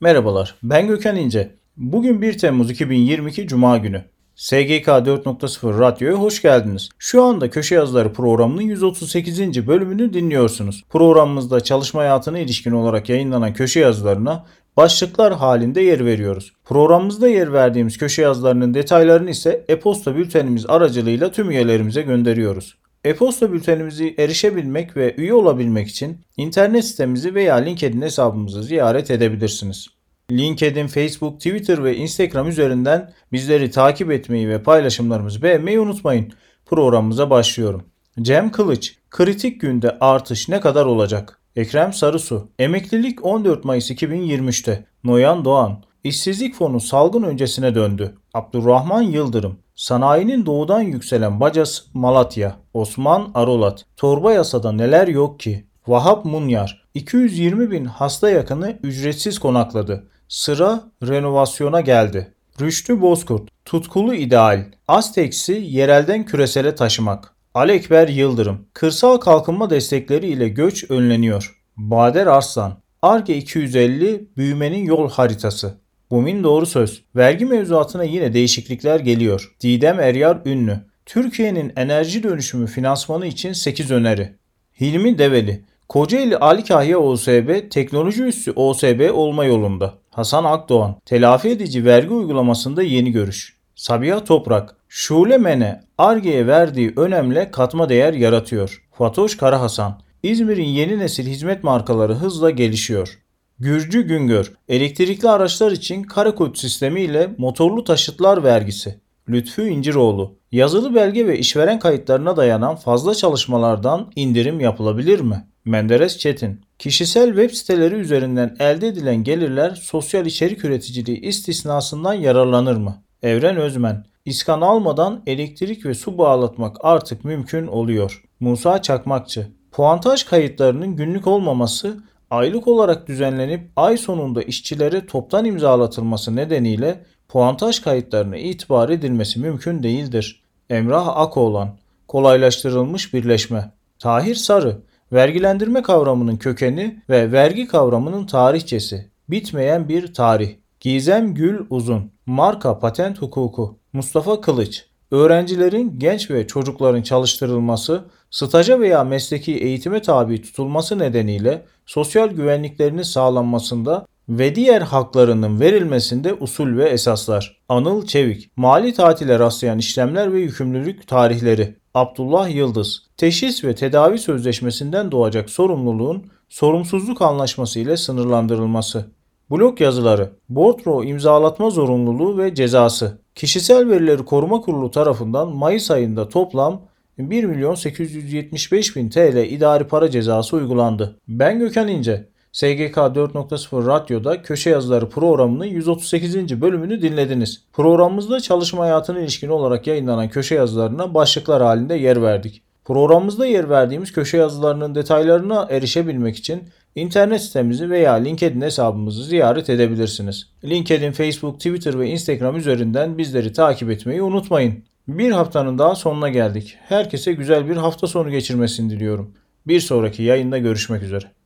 Merhabalar, ben Gökhan İnce. Bugün 1 Temmuz 2022 Cuma günü. SGK 4.0 Radyo'ya hoş geldiniz. Şu anda Köşe Yazıları programının 138. bölümünü dinliyorsunuz. Programımızda çalışma hayatına ilişkin olarak yayınlanan köşe yazılarına başlıklar halinde yer veriyoruz. Programımızda yer verdiğimiz köşe yazılarının detaylarını ise e-posta bültenimiz aracılığıyla tüm üyelerimize gönderiyoruz. E-posta bültenimize erişebilmek ve üye olabilmek için internet sitemizi veya LinkedIn hesabımızı ziyaret edebilirsiniz. LinkedIn, Facebook, Twitter ve Instagram üzerinden bizleri takip etmeyi ve paylaşımlarımızı beğenmeyi unutmayın. Programımıza başlıyorum. Cem Kılıç, kritik günde artış ne kadar olacak? Ekrem Sarısu, emeklilik 14 Mayıs 2023'te. Noyan Doğan, işsizlik fonu salgın öncesine döndü. Abdurrahman Yıldırım, sanayinin doğudan yükselen bacası Malatya. Osman Arolat, torba yasada neler yok ki? Vahap Munyar, 220 bin hasta yakını ücretsiz konakladı. Sıra renovasyona geldi. Rüştü Bozkurt, tutkulu ideal, Azteks'i yerelden küresele taşımak. Alekber Yıldırım, kırsal kalkınma destekleri ile göç önleniyor. Bader Arslan, Ar-Ge 250 büyümenin yol haritası. Bumin Doğru Söz, vergi mevzuatına yine değişiklikler geliyor. Didem Eryar Ünlü, Türkiye'nin enerji dönüşümü finansmanı için 8 öneri. Hilmi Develi, Kocaeli Ali Kahya OSB teknoloji üssü OSB olma yolunda. Hasan Akdoğan, telafi edici vergi uygulamasında yeni görüş. Sabiha Toprak, Şule Mene, Ar-Ge'ye verdiği önemle katma değer yaratıyor. Fatoş Karahasan, İzmir'in yeni nesil hizmet markaları hızla gelişiyor. Gürcü Güngör, elektrikli araçlar için karakod sistemi ile motorlu taşıtlar vergisi. Lütfü İnciroğlu, yazılı belge ve işveren kayıtlarına dayanan fazla çalışmalardan indirim yapılabilir mi? Menderes Çetin, kişisel web siteleri üzerinden elde edilen gelirler sosyal içerik üreticiliği istisnasından yararlanır mı? Evren Özmen, İskan almadan elektrik ve su bağlatmak artık mümkün oluyor. Musa Çakmakçı, puantaj kayıtlarının günlük olmaması, aylık olarak düzenlenip ay sonunda işçilere toptan imzalatılması nedeniyle puantaj kayıtlarına itibar edilmesi mümkün değildir. Emrah Akoğlan, kolaylaştırılmış birleşme. Tahir Sarı, vergilendirme kavramının kökeni ve vergi kavramının tarihçesi. Bitmeyen bir tarih. Gizem Gül Uzun, marka patent hukuku. Mustafa Kılıç, öğrencilerin, genç ve çocukların çalıştırılması, staja veya mesleki eğitime tabi tutulması nedeniyle sosyal güvenliklerinin sağlanmasında ve diğer haklarının verilmesinde usul ve esaslar. Anıl Çevik, mali tatile rastlayan işlemler ve yükümlülük tarihleri. Abdullah Yıldız, teşhis ve tedavi sözleşmesinden doğacak sorumluluğun sorumsuzluk anlaşması ile sınırlandırılması. Blog yazıları, bordro imzalatma zorunluluğu ve cezası. Kişisel Verileri Koruma Kurulu tarafından Mayıs ayında toplam 1.875.000 TL idari para cezası uygulandı. Ben Gökhan İnce. SGK 4.0 Radyo'da Köşe Yazıları programının 138. bölümünü dinlediniz. Programımızda çalışma hayatına ilişkin olarak yayınlanan köşe yazılarına başlıklar halinde yer verdik. Programımızda yer verdiğimiz köşe yazılarının detaylarına erişebilmek için internet sitemizi veya LinkedIn hesabımızı ziyaret edebilirsiniz. LinkedIn, Facebook, Twitter ve Instagram üzerinden bizleri takip etmeyi unutmayın. Bir haftanın daha sonuna geldik. Herkese güzel bir hafta sonu geçirmesini diliyorum. Bir sonraki yayında görüşmek üzere.